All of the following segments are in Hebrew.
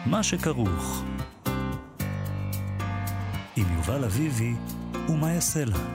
מה שכרוך. עם יובל אביבי ומה יעשה לה.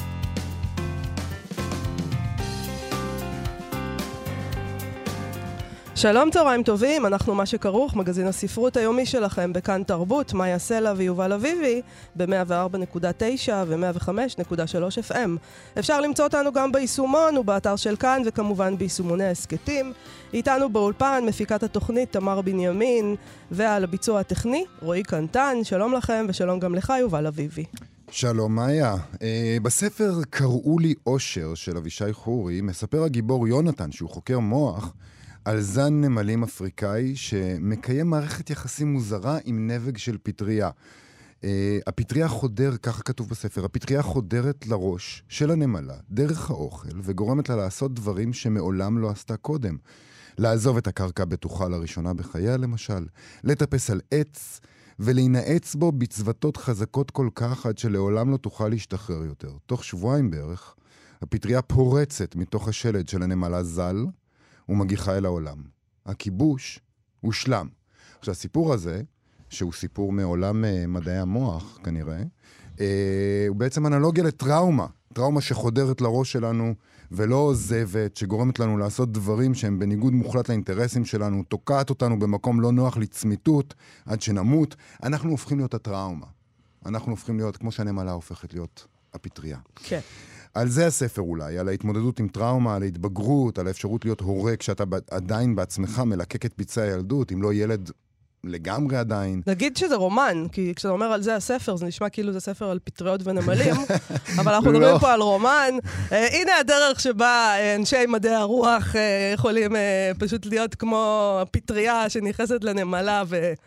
שלום, צהריים טובים, אנחנו מה שכרוך, מגזין הספרות היומי שלכם בכאן תרבות, מה יעשה לה ויובל אביבי ב-104.9 ו-105.3 FM. אפשר למצוא אותנו גם ביישומון ובאתר של כאן וכמובן ביישומוני העסקתים. איתנו באולפן מפיקת התוכנית תמר בנימין ועל הביצוע הטכני רועי קנטן. שלום לכם ושלום גם לך יובל אביבי. שלום מאיה. בספר קראו לי אושר של אבישי חורי מספר הגיבור יונתן שהוא חוקר מוח על זן נמלים אפריקאי שמקיים מערכת יחסים מוזרה עם נבג של פטריה. הפטריה חודר, ככה כתוב בספר, הפטריה חודרת לראש של הנמלה דרך האוכל וגורמת לה לעשות דברים שמעולם לא עשתה קודם. לעזוב את הקרקע בטוחה לראשונה בחייה למשל, לטפס על עץ ולהינעץ בו בצוותות חזקות כל כך עד שלעולם לא תוכל להשתחרר יותר. תוך שבועיים בערך, הפטריה פורצת מתוך השלד של הנמלה זל, ומגיחה אל העולם. הכיבוש הושלם. עכשיו, הסיפור הזה, שהוא סיפור מעולם מדעי המוח, כנראה, הוא בעצם אנלוגיה לטראומה. טראומה שחודרת לראש שלנו ולא עוזבת, שגורמת לנו לעשות דברים שהם בניגוד מוחלט לאינטרסים שלנו, תוקעת אותנו במקום לא נוח לצמיתות, עד שנמות. אנחנו הופכים להיות הטראומה. אנחנו הופכים להיות, כמו שהנמלה הופכת להיות הפטריה. כן. על זה הספר אולי, על ההתמודדות עם טראומה, על ההתבגרות, על האפשרות להיות הורה כשאתה עדיין בעצמך מלקק את פצעי הילדות, אם לא ילד לגמרי עדיין. נגיד שזה רומן, כי כשאתה אומר על זה הספר, זה נשמע כאילו זה ספר על פטריות ונמלים, אבל אנחנו מדברים פה על רומן. הנה הדרך שבה אנשי מדעי הרוח יכולים פשוט להיות כמו פטריה שנכנסת לנמלה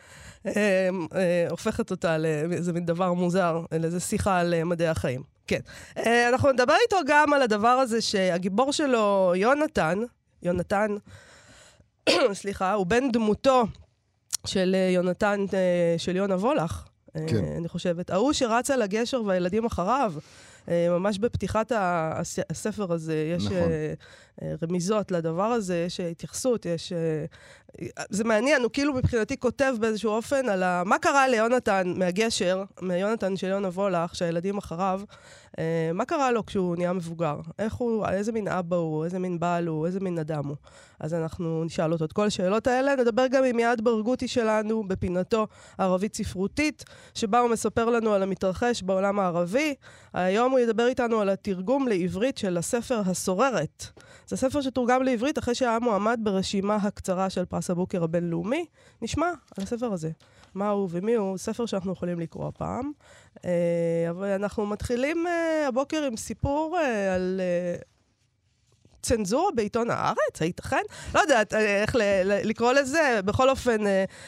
והופכת אותה לאיזה מין דבר מוזר, לאיזה שיחה על מדעי החיים. כן. אנחנו נדבר איתו גם על הדבר הזה שהגיבור שלו, יונתן, סליחה, הוא בן דמותו של יונתן, של יונה וולך, כן. אני חושבת. ההוא שרץ על הגשר והילדים אחריו, ממש בפתיחת הספר הזה, יש נכון. רמיזות לדבר הזה, יש התייחסות, יש... זה מעניין, הוא כאילו מבחינתי כותב באיזשהו אופן על מה קרה ליונתן מהגשר, מיונתן של יונה וולך, שהילדים אחריו, מה קרה לו כשהוא נהיה מבוגר? איך הוא, איזה מין אבא הוא, איזה מין בעל הוא, איזה מין אדם הוא? אז אנחנו נשאל אותו את כל השאלות האלה. נדבר גם עם יעד ברגותי שלנו בפינתו ערבית ספרותית, שבה הוא מספר לנו על המתרחש בעולם הערבי. היום הוא ידבר איתנו על התרגום לעברית של הספר הסוררת. זה ספר שתורגם לעברית אחרי שהיה מועמד ברשימה הקצרה של פרס הבוקר הבינלאומי. נשמע על הספר הזה. מה הוא ומי הוא, ספר שאנחנו יכולים לקרוא פעם. אבל אנחנו מתחילים הבוקר עם סיפור על צנזורה בעיתון הארץ, הייתכן? לא יודעת איך לקרוא לזה, בכל אופן,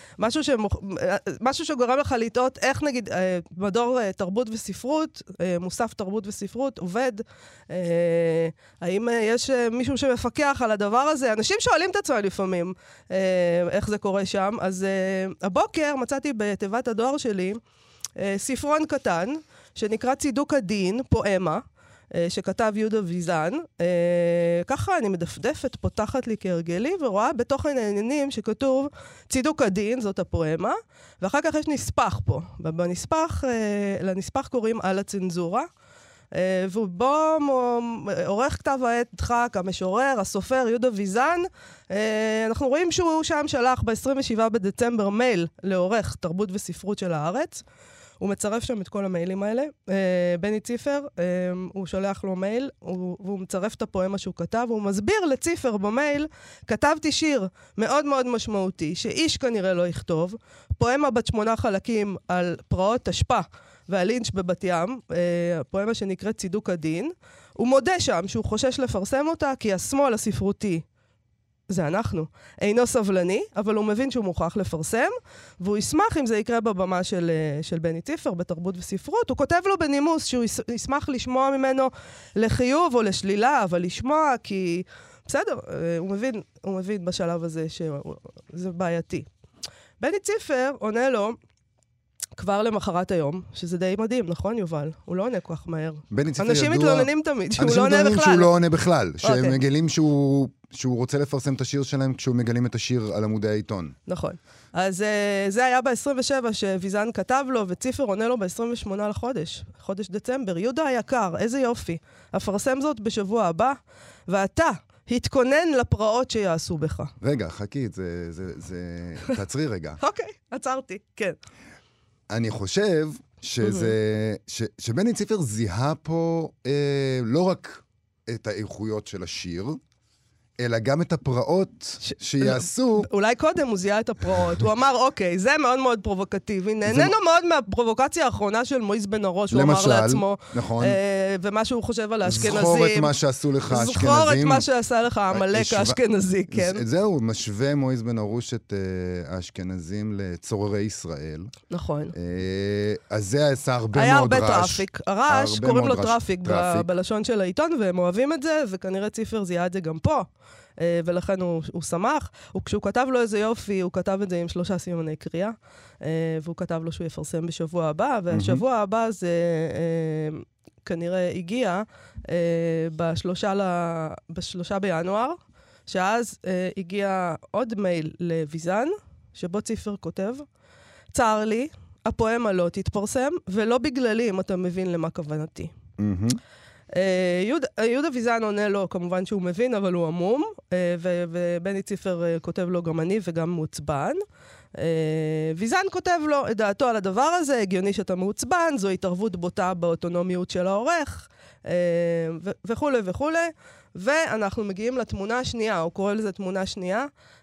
משהו שגורם לך לטעות, איך נגיד, מדור תרבות וספרות, מוסף תרבות וספרות, עובד, האם יש מישהו שמפקח על הדבר הזה? אנשים שואלים את עצמם לפעמים, איך זה קורה שם, אז הבוקר מצאתי בתיבת הדואר שלי, ספרון קטן, שנקרא צידוק הדין, פואמה, שכתב יהודה ויזן. ככה אני מדפדפת, פותחת לי כהרגלי, ורואה בתוכן העניינים שכתוב צידוק הדין, זאת הפואמה, ואחר כך יש נספח פה. ובנספח, לנספח קוראים על הצנזורה, ובו עורך כתב העת דחק, המשורר, הסופר יהודה ויזן, אנחנו רואים שהוא שם שלח ב-27 בדצמבר מייל לעורך תרבות וספרות של הארץ, הוא מצרף שם את כל המיילים האלה. בני ציפר, הוא שולח לו מייל, והוא מצרף את הפואמה שהוא כתב, והוא מסביר לציפר במייל, כתבתי שיר מאוד מאוד משמעותי, שאיש כנראה לא יכתוב, פואמה בת 8 חלקים על פרעות תשפ"א, והלינץ' בבת ים, הפואמה שנקראת צידוק הדין. הוא מודה שם שהוא חושש לפרסם אותה, כי השמאל הספרותי, זה אנחנו, אינו סבלני, אבל הוא מבין שהוא מוכרח לפרסם, והוא ישמח אם זה יקרה בבמה של בני ציפר, בתרבות וספרות. הוא כותב לו בנימוס שהוא ישמח לשמוע ממנו לחיוב או לשלילה, אבל לשמוע כי, בסדר, הוא מבין בשלב הזה שזה בעייתי. בני ציפר עונה לו, כבר למחרת היום, שזה די מדהים, נכון יובל? הוא לא עונה כל כך מהר. בני ציפר אנשים מתלוננים תמיד שהוא לא עונה בכלל. אנשים מתלוננים שהוא לא עונה בכלל, שהם מגלים שהוא שהוא רוצה לפרסם את השיר שלהם כשהוא מגלים את השיר על עמודי העיתון. נכון. אז זה היה ב-27 שוויזן כתב לו, וציפר עונה לו ב-28 לחודש, חודש דצמבר. יהודה היקר, איזה יופי. אפרסם זאת בשבוע הבא, ואתה התכונן לפרעות שיעשו בך. רגע, חכי, תעצרי רגע. אוקיי, עצרתי, כן. אני חושב שבני ציפר זיהה פה לא רק את האיכויות של השיר, אלא גם את הפרעות שיעשו. אולי קודם הוא זיהה את הפרעות. הוא אמר, אוקיי, זה מאוד מאוד פרובוקטיבי. נהנינו מאוד מהפרובוקציה האחרונה של מויז בן ארוש, הוא אמר לעצמו. נכון. ומה שהוא חושב על האשכנזים. זכור את מה שעשו לך האשכנזים. זכור את מה שעשה לך המלך האשכנזי, כן. זהו, משווה מויז בן ארוש את האשכנזים לצוררי ישראל. נכון. אז זה עשה הרבה היה מאוד רעש. הרבה טראפיק. הרעש, קוראים לו טראפיק בלשון של העיתון, והם אוהבים את זה, וכנראה ציפר זיהה את זה גם פה. ולכן הוא שמח. וכשהוא כתב לו איזה יופי, הוא כתב את זה עם 3 סימני קריאה, והוא כתב לו שהוא יפרסם בשבוע הבא, והשבוע הבא זה כנראה הגיע ב3 בינואר, שאז הגיע עוד מייל לויזן, שבו ציפר כותב, צער לי, הפואמה לא תתפרסם, ולא בגללי, אם אתה מבין למה כוונתי. יהודה ויזן עונה לו, כמובן שהוא מבין, אבל הוא עמום, ובני ציפר כותב לו גם אני וגם מעוצבן. ויזן כותב לו את דעתו על הדבר הזה, הגיוני שאתה מעוצבן, זו התערבות בוטה באוטונומיות של העורך, וכו' וכו'. ואנחנו מגיעים לתמונה השנייה, הוא קורא לזה תמונה שנייה.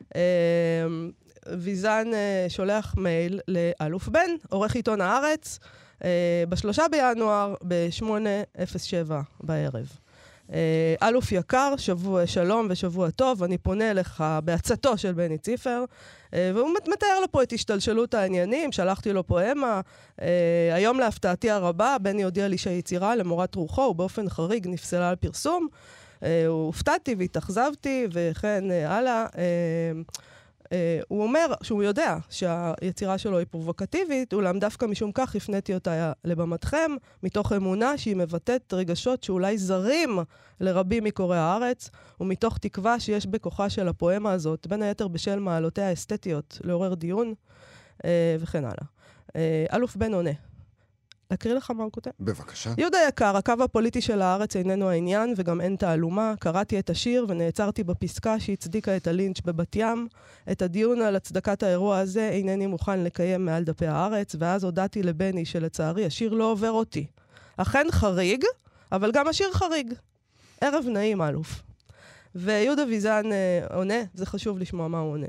ויזן שולח מייל לאלוף בן, עורך עיתון הארץ, ב3 בינואר, ב8:07 בערב. אלוף יקר, שבוע שלום ושבוע טוב, אני פונה אליך בעצתו של בני ציפר, והוא מתאר לו פה את השתלשלות העניינים, שלחתי לו פואמה. היום להפתעתי הרבה, בני הודיע לי שהיצירה למורת רוחו, ובאופן חריג נפסלה על פרסום. הופתעתי והתאכזבתי, וכן הלאה. הוא אומר שהוא יודע שהיצירה שלו היא פרובוקטיבית, אולם דווקא משום כך הפניתי אותה לבמתכם, מתוך אמונה שהיא מבטאת רגשות שאולי זרים לרבים מקוראי הארץ, ומתוך תקווה שיש בכוחה של הפואמה הזאת, בין היתר בשל מעלותיה האסתטיות, לעורר דיון, וכן הלאה. אלוף בן עונה. להקריא לך מה הוא כותב? בבקשה. יהודה יקר, הקו הפוליטי של הארץ איננו העניין, וגם אין תעלומה. קראתי את השיר ונעצרתי בפסקה שהצדיקה את הלינץ' בבת ים. את הדיון על הצדקת האירוע הזה אינני מוכן לקיים מעל דפי הארץ, ואז הודעתי לבני שלצערי השיר לא עובר אותי. אכן חריג, אבל גם השיר חריג. ערב נעים, אלוף. ויהודה ויזן עונה, זה חשוב לשמוע מה הוא עונה.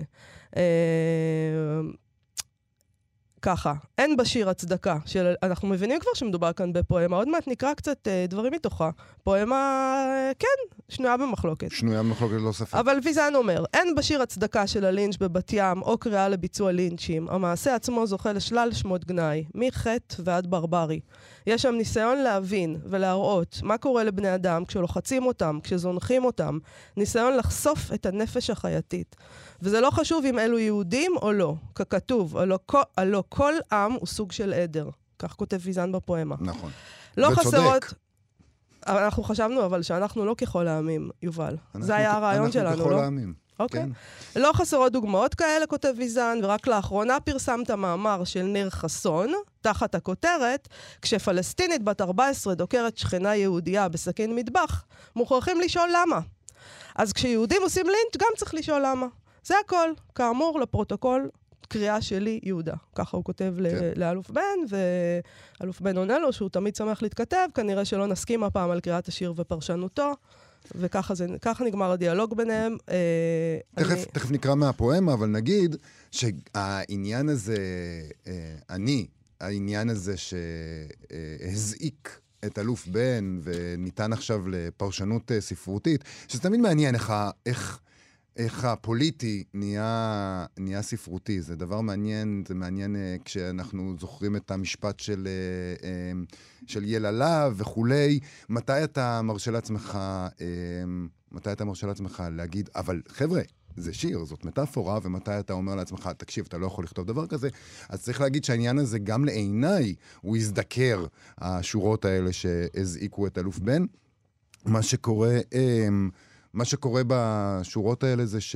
ככה, אין בשיר הצדקה, אנחנו מבינים כבר שמדובר כאן בפואמה, עוד מעט נקרא קצת דברים מתוכה. פואמה, כן, שנויה במחלוקת. שנויה במחלוקת, לא ספק. אבל ויזן אומר, אין בשיר הצדקה של הלינץ' בבת ים, או קריאה לביצוע לינצ'ים. המעשה עצמו זוכה לשלל שמות גנאי, מחטא ועד ברברי. יש שם ניסיון להבין ולהראות מה קורה לבני אדם כשלוחצים אותם, כשזונחים אותם. ניסיון לחשוף את הנפש החייתית. וזה לא חשוב אם אלו יהודים או לא. ככתוב, הלא כל עם הוא סוג של עדר. כך כותב ויזן בפואמה. נכון. לא חסרות... אנחנו חשבנו אבל שאנחנו לא ככל העמים, יובל. זה היה הרעיון שלנו, לא? אנחנו ככל העמים. אוקיי. לא חסרות דוגמאות כאלה, כותב ויזן, ורק לאחרונה פרסמת מאמר של ניר חסון, תחת הכותרת, כשפלסטינית בת 14 דוקרת שכנה יהודייה בסכין מטבח, מוכרחים לשאול למה. אז כשיהודים עושים לינץ' גם צריך לשאול למה. זה הכל. כאמור, לפרוטוקול, קריאה שלי, יהודה. ככה הוא כותב לאלוף בן, ואלוף בן עונה לו שהוא תמיד שמח להתכתב, כנראה שלא נסכים הפעם על קריאת השיר ופרשנותו, וככה נגמר הדיאלוג ביניהם. תכף נקרא מהפואמה, אבל נגיד שהעניין הזה, העניין הזה שהזעיק את אלוף בן, וניתן עכשיו לפרשנות ספרותית, שזה תמיד מעניין איך הפוליטי נהיה ספרותי. זה דבר מעניין, זה מעניין כשאנחנו זוכרים את המשפט של יללה וכולי. מתי אתה מרשה לעצמך להגיד, אבל חבר'ה, זה שיר, זאת מטאפורה, ומתי אתה אומר לעצמך, תקשיב, אתה לא יכול לכתוב דבר כזה, אז צריך להגיד שהעניין הזה גם לעיניי הוא יזדקר, השורות האלה שהזעיקו את אלוף בן. מה שקורה מה שקורה בשורות האלה זה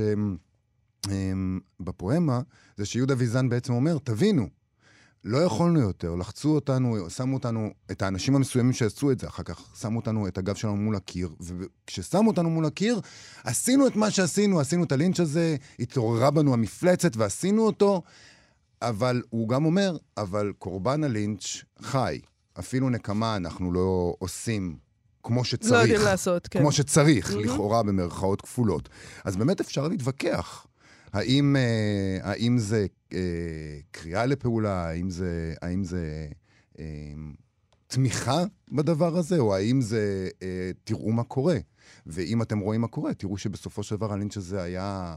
בפואמה, זה שיהודה ויזן בעצם אומר, תבינו, לא יכולנו יותר, לחצו אותנו, שמו אותנו, את האנשים המסוימים שעשו את זה, אחר כך שמו אותנו את הגב שלנו מול הקיר, וכששמו אותנו מול הקיר, עשינו את מה שעשינו, עשינו את הלינץ' הזה, התעוררה בנו המפלצת ועשינו אותו, אבל הוא גם אומר, אבל קורבן הלינץ' חי, אפילו נקמה אנחנו לא עושים כמו שצריך. לא יודעים לעשות, כן. כמו שצריך, לכאורה במרכאות כפולות. אז באמת אפשר להתווכח. האם זה קריאה לפעולה, האם זה תמיכה בדבר הזה, או האם זה תראו מה קורה. ואם אתם רואים מה קורה, תראו שבסופו של דבר הלינץ' הזה היה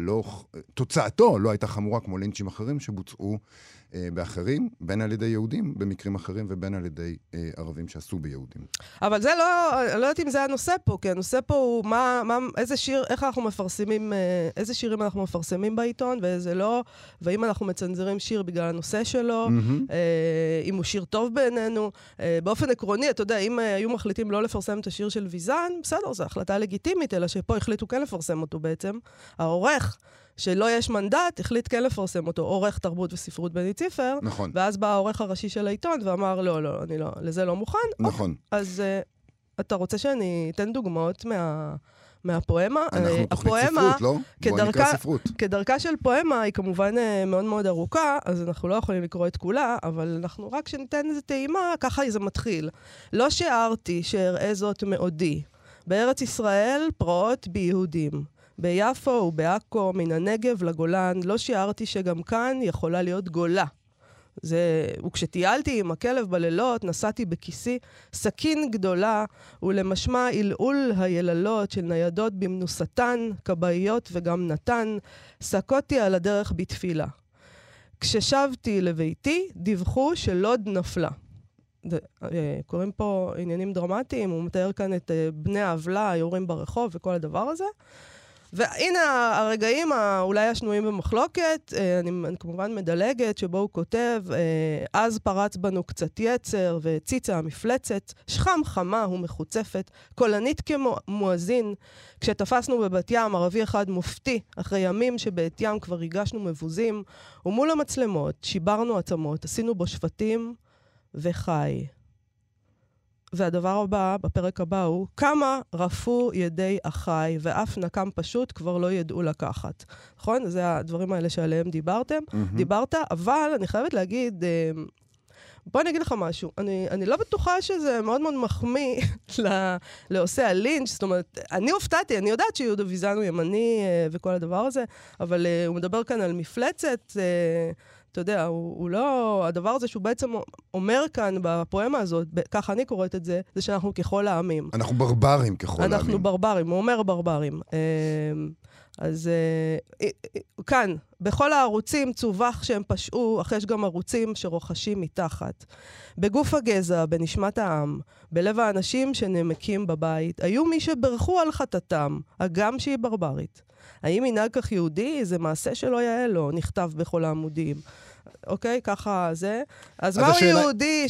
תוצאתו לא הייתה חמורה כמו לינצ'ים אחרים שבוצעו באחרים, בין על ידי יהודים במקרים אחרים, ובין על ידי ערבים שעשו ביהודים. אבל זה לא יודעת אם זה הנושא פה, כי הנושא פה הוא איזה שיר, איך אנחנו מפרסמים, איזה שירים אנחנו מפרסמים בעיתון, ואיזה לא, ואם אנחנו מצנזרים שיר בגלל הנושא שלו, אם הוא שיר טוב בעינינו. באופן עקרוני, אתה יודע, אם היו מחליטים לא לפרסם את השיר של ויזן, בסדר, זו החלטה לגיטימית, אלא שפה החליטו כן לפרסם אותו בעצם. העורך, שלא יש מנדט, החליט כן לפרסם אותו, עורך תרבות וספרות בני ציפר, נכון. ואז בא העורך הראשי של העיתון ואמר, לא, אני לא, לזה לא מוכן. נכון. אז אתה רוצה שאני אתן דוגמאות מהפואמה? אנחנו תוכנית ספרות, לא? בואי נקרא ספרות. כדרכה של פואמה היא כמובן מאוד מאוד ארוכה, אז אנחנו לא יכולים לקרוא את כולה, אבל אנחנו רק שניתן איזה טעימה, ככה זה מתחיל. לא שיערתי שאראה זאת מעודי. בארץ ישראל פרעות ביהודים. ביפו ובעכו, מן הנגב לגולן, לא שיערתי שגם כאן יכולה להיות גולה. וכשטיילתי עם הכלב בלילות, נסעתי בכיסי סכין גדולה, ולמשמע עילעול היללות של ניידות במנוסתן, קבעיות וגם נתן, סקותי על הדרך בתפילה. כששבתי לביתי, דיווחו שלוד נפלה. קוראים פה עניינים דרמטיים, הוא מתאר כאן את בני העוולה, היורים ברחוב וכל הדבר הזה. והנה הרגעים אולי השנויים במחלוקת, אני כמובן מדלגת, שבו הוא כותב, אז פרץ בנו קצת יצר, וציצה המפלצת, שחם חמה ומחוצפת, קולנית כמואזין, כשתפסנו בבת ים, ערבי אחד מופתי, אחרי ימים שבת ים כבר הגשנו מבוזים, ומול המצלמות שיברנו עצמות, עשינו בו שבטים וחי. והדבר הבא, בפרק הבא הוא, כמה רפו ידי אחי, ואף נקם פשוט כבר לא ידעו לקחת. נכון? זה הדברים האלה שעליהם דיברת, אבל אני חייבת להגיד, בוא אני אגיד לך משהו, אני לא בטוחה שזה מאוד מאוד מחמיא לעושה הלינץ', זאת אומרת, אני הופתעתי, אני יודעת שיהודה ויזן הוא ימני וכל הדבר הזה, אבל הוא מדבר כאן על מפלצת, אתה יודע, הוא לא, הדבר הזה שהוא בעצם אומר כאן בפואמה הזאת, ככה אני קוראת את זה, זה שאנחנו ככל העמים. אנחנו ברברים ככל העמים. אנחנו ברברים, הוא אומר ברברים. אז כאן, בכל הערוצים צווח שהם פשעו, אך יש גם ערוצים שרוחשים מתחת. בגוף הגזע, בנשמת העם, בלב האנשים שנמקים בבית, היו מי שברכו על חטאתם, הגם שהיא ברברית. האם מנהג כך יהודי? זה מעשה שלא יאה לו, נכתב בכל העמודים. אוקיי, ככה זה. אז מהו יהודי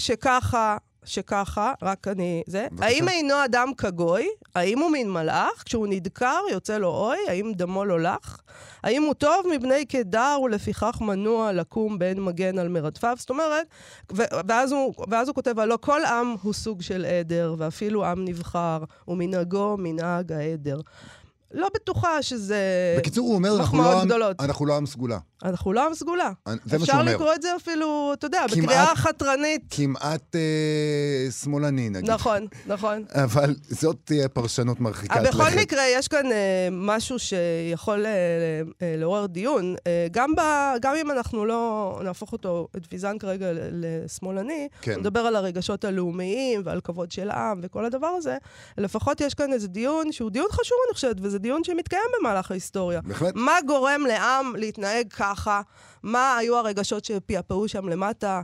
שככה, רק אני, זה. האם אינו אדם כגוי? האם הוא מין מלאך? כשהוא נדקר, יוצא לו אוי? האם דמו לא לך? האם הוא טוב מבני קדר ולפיכך מנוע לקום בין מגן על מרדפיו? זאת אומרת, ואז הוא כותב, לא כל עם הוא סוג של עדר, ואפילו עם נבחר, ומנהגו מנהג העדר. לא בטוחה שזה בקיצור, הוא אומר, אנחנו לא עם סגולה. אנחנו לא עם סגולה. זה מה שהוא אומר. אפשר לקרוא את זה אפילו, אתה יודע, בקריאה חתרנית. כמעט שמאלני, נגיד. נכון. אבל זאת תהיה פרשנות מרחיקת לכת. בכל מקרה, יש כאן משהו שיכול לעורר דיון. גם אם אנחנו לא נהפוך אותו, את ויזן כרגע לשמאלני, נדבר על הרגשות הלאומיים ועל כבוד של עם וכל הדבר הזה, לפחות יש כאן איזה דיון שהוא דיון חשוב, אני חושבת, וזה דיון שמתקיים במהלך ההיסטוריה. בהחלט. מה גורם לעם להתנהג ככה? מה היו הרגשות שפעפעו שם למטה?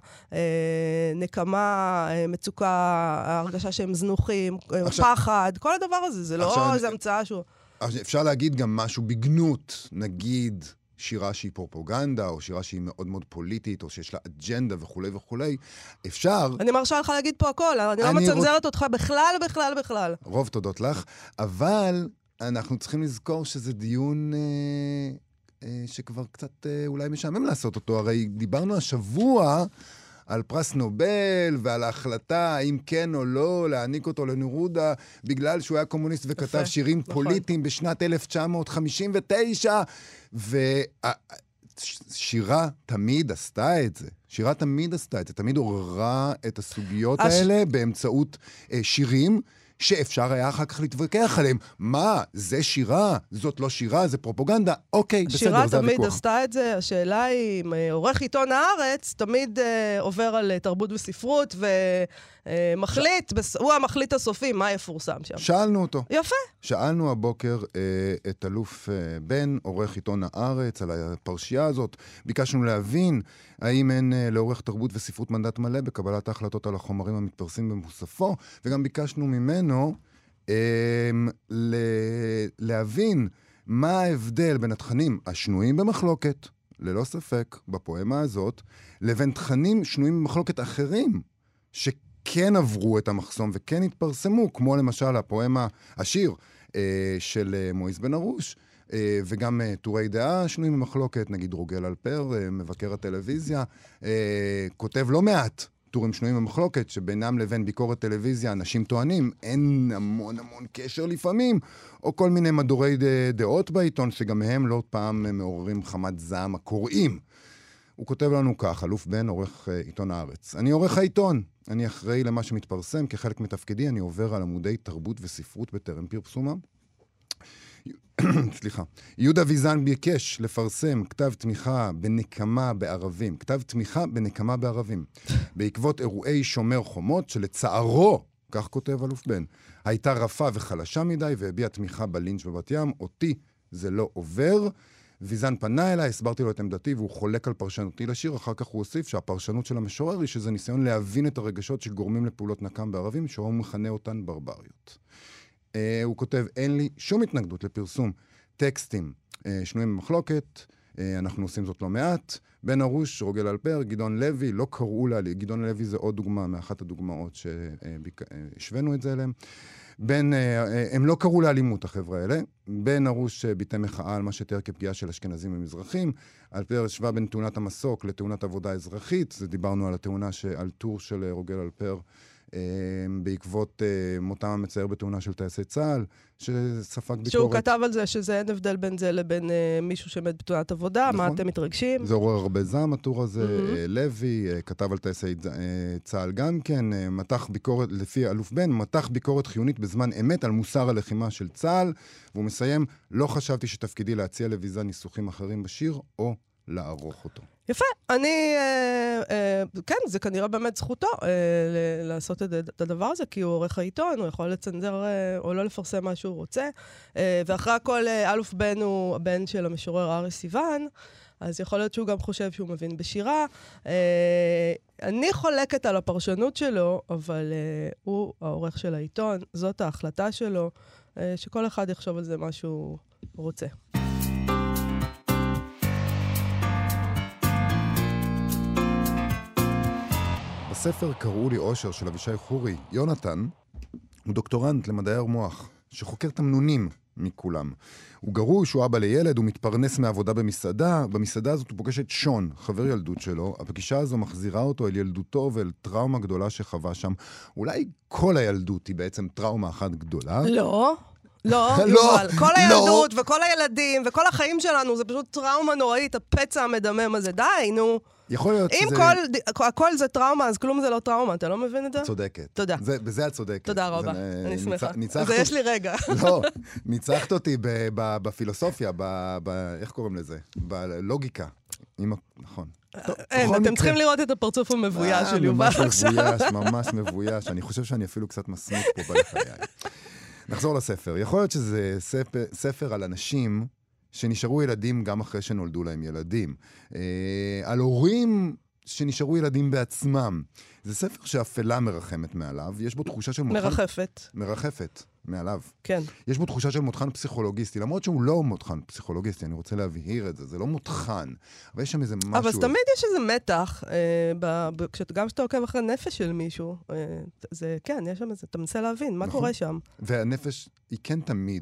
נקמה, מצוקה, הרגשה שהם זנוחים, פחד, כל הדבר הזה. זה לא איזו המצאה שהוא... אפשר להגיד גם משהו בגנות, נגיד שירה שהיא פרופוגנדה, או שירה שהיא מאוד מאוד פוליטית, או שיש לה אג'נדה וכולי וכולי. אפשר... אני מרשה לך להגיד פה הכל, אני לא מצנזרת אותך בכלל. רוב תודות לך, אבל אנחנו צריכים לזכור שזה דיון שכבר קצת אולי משעמם לעשות אותו. הרי דיברנו השבוע על פרס נובל ועל ההחלטה האם כן או לא להעניק אותו לנרודה בגלל שהוא היה קומוניסט וכתב שירים פוליטיים בשנת 1959, שירה תמיד עשתה את זה. שירה תמיד עשתה את זה. תמיד עוררה את הסוגיות האלה באמצעות שירים שאפשר היה אחר כך להתווכח עליהם. מה? זה שירה? זאת לא שירה? זה פרופוגנדה? אוקיי, בסדר, זה הוויכוח. שירה תמיד עשתה את זה. השאלה היא, אם עורך עיתון הארץ תמיד עובר על תרבות וספרות ומחליט, הוא המחליט הסופי, מה יפורסם שם. שאלנו אותו. יפה. שאלנו הבוקר את אלוף בן, עורך עיתון הארץ, על הפרשייה הזאת. ביקשנו להבין האם אין לעורך תרבות וספרות מנדט מלא בקבלת ההחלטות על החומרים המתפרסמים במוספו, וגם ביקשנו ממנו להבין מה ההבדל בין התכנים השנויים במחלוקת, ללא ספק, בפואמה הזאת, לבין תכנים שנויים במחלוקת אחרים, שכן עברו את המחסום וכן התפרסמו, כמו למשל הפואמה, השיר של מויס בן ארוש, וגם טורי דעה שנויים במחלוקת, נגיד רוגל אלפר, מבקר הטלוויזיה, כותב לא מעט טורים שנויים במחלוקת, שבינם לבין ביקורת טלוויזיה, אנשים טוענים, אין המון קשר לפעמים, או כל מיני מדורי דעות בעיתון, שגם הם לא פעם מעוררים חמת זעם הקוראים. הוא כותב לנו כך, אלוף בן, עורך עיתון הארץ. אני עורך העיתון, אני אחראי למה שמתפרסם, כחלק מתפקידי אני עובר על עמודי תרבות וספרות בטרם פרסומם. סליחה. יהודה ויזן ביקש לפרסם כתב תמיכה בנקמה בערבים. כתב תמיכה בנקמה בערבים. בעקבות אירועי שומר חומות, שלצערו, כך כותב אלוף בן, הייתה רפה וחלשה מדי, והביעה תמיכה בלינץ' בבת ים. אותי זה לא עובר. ויזן פנה אליי, הסברתי לו את עמדתי, והוא חולק על פרשנותי לשיר. אחר כך הוא הוסיף שהפרשנות של המשורר היא שזה ניסיון להבין את הרגשות שגורמים לפעולות נקם בערבים, שהוא מכנה אותן ברבריות. הוא כותב, אין לי שום התנגדות לפרסום טקסטים שנויים במחלוקת, אנחנו עושים זאת לא מעט. בן ארוש, רוגל אלפר, גדעון לוי, לא קראו לה, גדעון לוי זה עוד דוגמה מאחת הדוגמאות שהשווינו את זה אליהם. הם לא קראו לאלימות, החבר'ה האלה. בן ארוש ביטא מחאה על מה שתיאר כפגיעה של אשכנזים ומזרחים. אלפר השווה בין תאונת המסוק לתאונת עבודה אזרחית. זה דיברנו על התאונה, על טור של רוגל אלפר, בעקבות מותם המצער בתאונה של טייסי צה"ל, שספג ביקורת. שהוא כתב על זה שזה אין הבדל בין זה לבין מישהו שמת בתאונת עבודה, נכון. מה אתם מתרגשים? זה עורר הרבה זעם, הטור הזה. לוי כתב על טייסי צה"ל גם כן, מתח ביקורת, לפי אלוף בן, מתח ביקורת חיונית בזמן אמת על מוסר הלחימה של צה"ל, והוא מסיים, לא חשבתי שתפקידי להציע לויזן ניסוחים אחרים בשיר, או לערוך אותו. יפה, כן, זה כנראה באמת זכותו לעשות את הדבר הזה, כי הוא עורך העיתון, הוא יכול לצנזר או לא לפרסם מה שהוא רוצה, ואחרי הכל אלוף בן הוא הבן של המשורר ארי סיוון, אז יכול להיות שהוא גם חושב שהוא מבין בשירה. אני חולקת על הפרשנות שלו, אבל הוא העורך של העיתון, זאת ההחלטה שלו, שכל אחד יחשוב על זה מה שהוא רוצה. בספר קראו לי אושר של אבישי חורי, יונתן הוא דוקטורנט למדעי המוח, שחוקר תמנונים מכולם. הוא גרוש, הוא אבא לילד, הוא מתפרנס מעבודה במסעדה. במסעדה הזאת הוא פוגש את שון, חבר ילדות שלו. הפגישה הזו מחזירה אותו אל ילדותו ואל טראומה גדולה שחווה שם. אולי כל הילדות היא בעצם טראומה אחת גדולה? לא. לא, יובל. כל הילדות וכל הילדים וכל החיים שלנו זה פשוט טראומה נוראית, הפצע המדמם הזה. די, נו. יכול להיות אם הכל זה טראומה, אז כלום זה לא טראומה, אתה לא מבין את זה? צודקת. תודה. בזה את צודקת. תודה רבה, אני שמחה. אז יש לי רגע. לא, ניצחת אותי בפילוסופיה, איך קוראים לזה? בלוגיקה. נכון. אין, אתם צריכים לראות את הפרצוף המבויש של יובל עכשיו. ממש מבויש. אני חושב שאני אפילו קצת מסמיק פה בחיי. נחזור לספר. יכול להיות שזה ספר על אנשים שנשארו ילדים גם אחרי שנולדו להם ילדים. על הורים שנשארו ילדים בעצמם. זה ספר שאפלה מרחמת מעליו. יש בו תחושה של מותחן... מרחפת מעליו. כן. יש בו תחושה של מותחן פסיכולוגיסטי. למרות שהוא לא מותחן פסיכולוגיסטי, אני רוצה להבהיר את זה. זה לא מותחן. אבל יש שם איזה משהו... אבל תמיד יש איזה מתח. גם כשאתה עוקב אחרי נפש של מישהו, זה כן, יש שם איזה... אתה מנסה להבין מה קורה שם. והנפש היא כן תמיד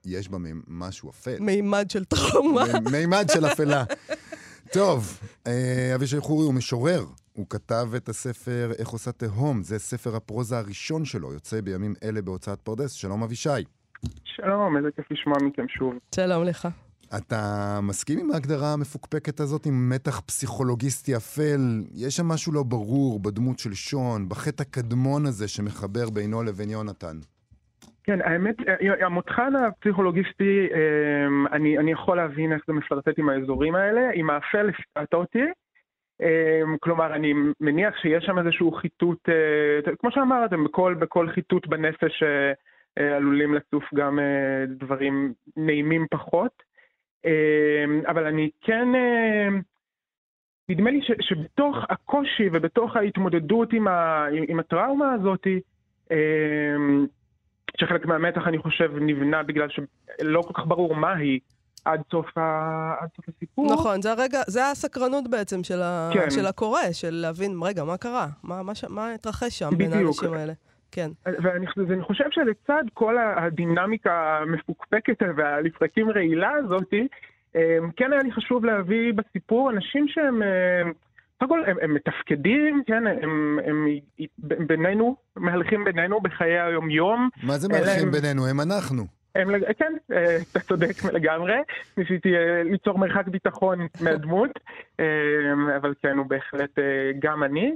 יש בה משהו אפל. מימד של טראומה. מימד של אפלה. טוב, אבישי חורי הוא משורר. הוא כתב את הספר איך עושה תהום. זה ספר הפרוזה הראשון שלו, יוצא בימים אלה בהוצאת פרדס. שלום אבישי. שלום, איזה כיף לשמוע מכם שוב. שלום לך. אתה מסכים עם ההגדרה המפוקפקת הזאת, עם מתח פסיכולוגיסטי אפל? יש שם משהו לא ברור בדמות של שון, בחטא הקדמון הזה שמחבר בינו לבין יונתן. כן, האמת, המותחן הפסיכולוגיסטי, אני יכול להבין איך זה מפלרטט עם האזורים האלה. עם האפל הפתעת אותי. כלומר, אני מניח שיש שם איזשהו חיתות, כמו שאמרתם, בכל חיתות בנפש עלולים לצוף גם דברים נעימים פחות. אבל אני כן, נדמה לי שבתוך הקושי ובתוך ההתמודדות עם הטראומה הזאת, שחלק מהמתח אני חושב נבנה בגלל שלא כל כך ברור מה היא עד סוף הסיפור. נכון, זה הסקרנות בעצם של הקורא, של להבין, רגע, מה קרה? מה התרחש שם בין האנשים האלה? כן. ואני חושב שלצד כל הדינמיקה המפוקפקת והלפרקים רעילה הזאת, כן היה לי חשוב להביא בסיפור אנשים שהם, הם מתפקדים, כן, הם בינינו, מהלכים בינינו בחיי היום-יום. מה זה מהלכים בינינו? הם אנחנו. כן, אתה צודק לגמרי. ניסיתי ליצור מרחק ביטחון מהדמות, אבל כן, הוא בהחלט גם אני.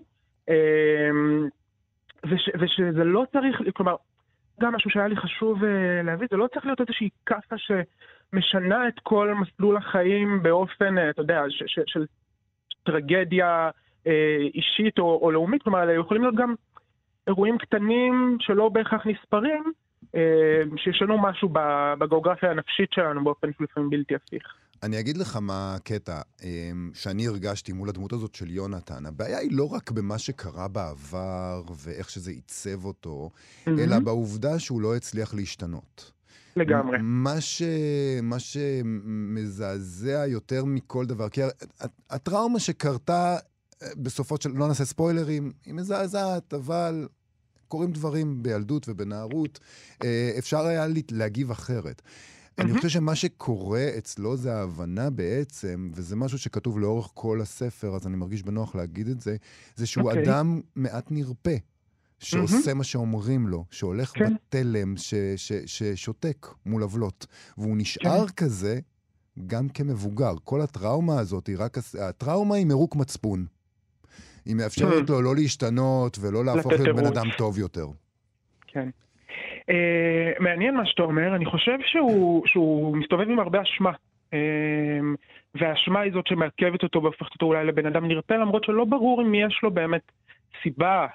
ושזה לא צריך, כלומר, גם משהו שהיה לי חשוב להביא, זה לא צריך להיות איזושהי קפה שמשנה את כל מסלול החיים באופן, אתה יודע, של טרגדיה אישית או לאומית, כלומר, יכולים להיות גם אירועים קטנים שלא בהכרח נספרים, שישנו משהו בגיאוגרפיה הנפשית שלנו באופן לפעמים בלתי הפיך. אני אגיד לך מה הקטע שאני הרגשתי מול הדמות הזאת של יונתן. הבעיה היא לא רק במה שקרה בעבר ואיך שזה עיצב אותו, אלא בעובדה שהוא לא הצליח להשתנות. לגמרי. מה שמזעזע יותר מכל דבר, כי הטראומה שקרתה בסופות של, לא נעשה ספוילרים, היא מזעזעת, אבל קורים דברים בילדות ובנערות, אפשר היה להגיב אחרת. אני חושב שמה שקורה אצלו זה ההבנה בעצם, וזה משהו שכתוב לאורך כל הספר, אז אני מרגיש בנוח להגיד את זה, זה שהוא אדם מעט נרפה, שעושה מה שאומרים לו, שהולך בתלם, ששותק מול עוולות, והוא נשאר כזה גם כמבוגר. כל הטראומה הזאת, הטראומה היא מרוק מצפון. היא מאפשרת לו לא להשתנות ולא להפוך להיות בן אדם טוב יותר. כן. מעניין מה שאתה אומר, אני חושב שהוא מסתובב עם הרבה אשמה, והאשמה היא זאת שמעכבת אותו והופכת אותו אולי לבן אדם נרפה, למרות שלא ברור אם יש לו באמת סיבה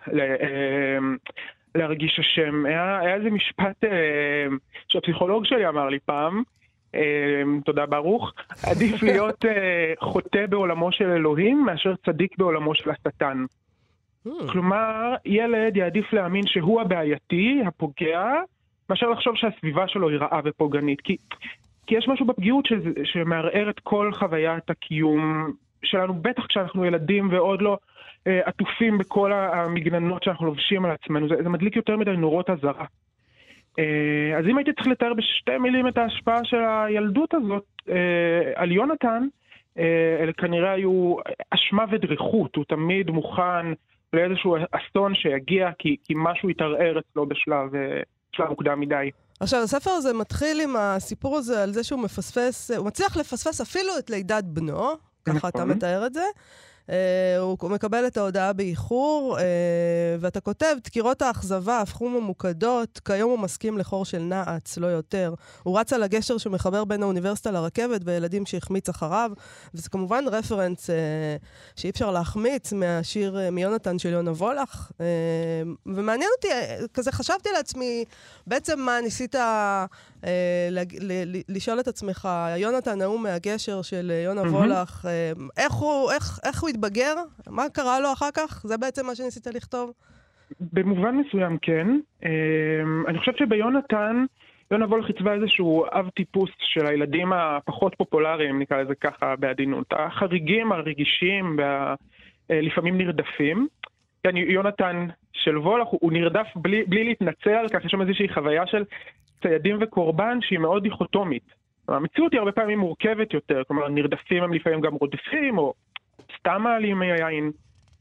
להרגיש אשם. היה איזה משפט שהפסיכולוג שלי אמר לי פעם, תודה ברוך, עדיף להיות חוטא בעולמו של אלוהים מאשר צדיק בעולמו של השטן. כלומר, ילד יעדיף להאמין שהוא הבעייתי, הפוגע, מאשר לחשוב שהסביבה שלו היא רעה ופוגענית. כי יש משהו בפגיעות שמערער את כל חוויית הקיום שלנו, בטח כשאנחנו ילדים ועוד לא עטופים בכל המגננות שאנחנו לובשים על עצמנו. זה מדליק יותר מדי נורות הזרה. אז אם הייתי צריך לתאר בשתי מילים את ההשפעה של הילדות הזאת על יונתן, אלה כנראה היו אשמה ודריכות. הוא תמיד מוכן לאיזשהו אסון שיגיע, כי משהו יתערער אצלו בשלב מוקדם מדי. עכשיו, הספר הזה מתחיל עם הסיפור הזה על זה שהוא מפספס, הוא מצליח לפספס אפילו את לידת בנו, ככה אתה מתאר את זה. הוא מקבל את ההודעה באיחור, ואתה כותב, דקירות האכזבה הפכו ממוקדות, כיום הוא מסכים לחור של נעץ, לא יותר. הוא רץ על הגשר שמחבר בין האוניברסיטה לרכבת, וילדים שהחמיץ אחריו, וזה כמובן רפרנס שאי אפשר להחמיץ מהשיר מיונתן של יונה וולך, ומעניין אותי, כזה חשבתי לעצמי, בעצם מה ניסית לשאול את עצמך, יונתן ההוא מהגשר של יונה וולך, איך הוא התבגר? מה קרה לו אחר כך? זה בעצם מה שניסית לכתוב? במובן מסוים כן. אני חושבת שביונתן, יונה וולך הצבא איזשהו אב טיפוס של הילדים הפחות פופולריים, נקרא לזה ככה בעדינות. החריגים, הרגישים, לפעמים נרדפים. יונתן של וולך, הוא נרדף בלי להתנצל על כך, יש שם איזושהי חוויה של ציידים וקורבן שהיא מאוד דיכוטומית. המציאות היא הרבה פעמים מורכבת יותר, כלומר נרדפים הם לפעמים גם רודפים, או סתם מעלים מיין.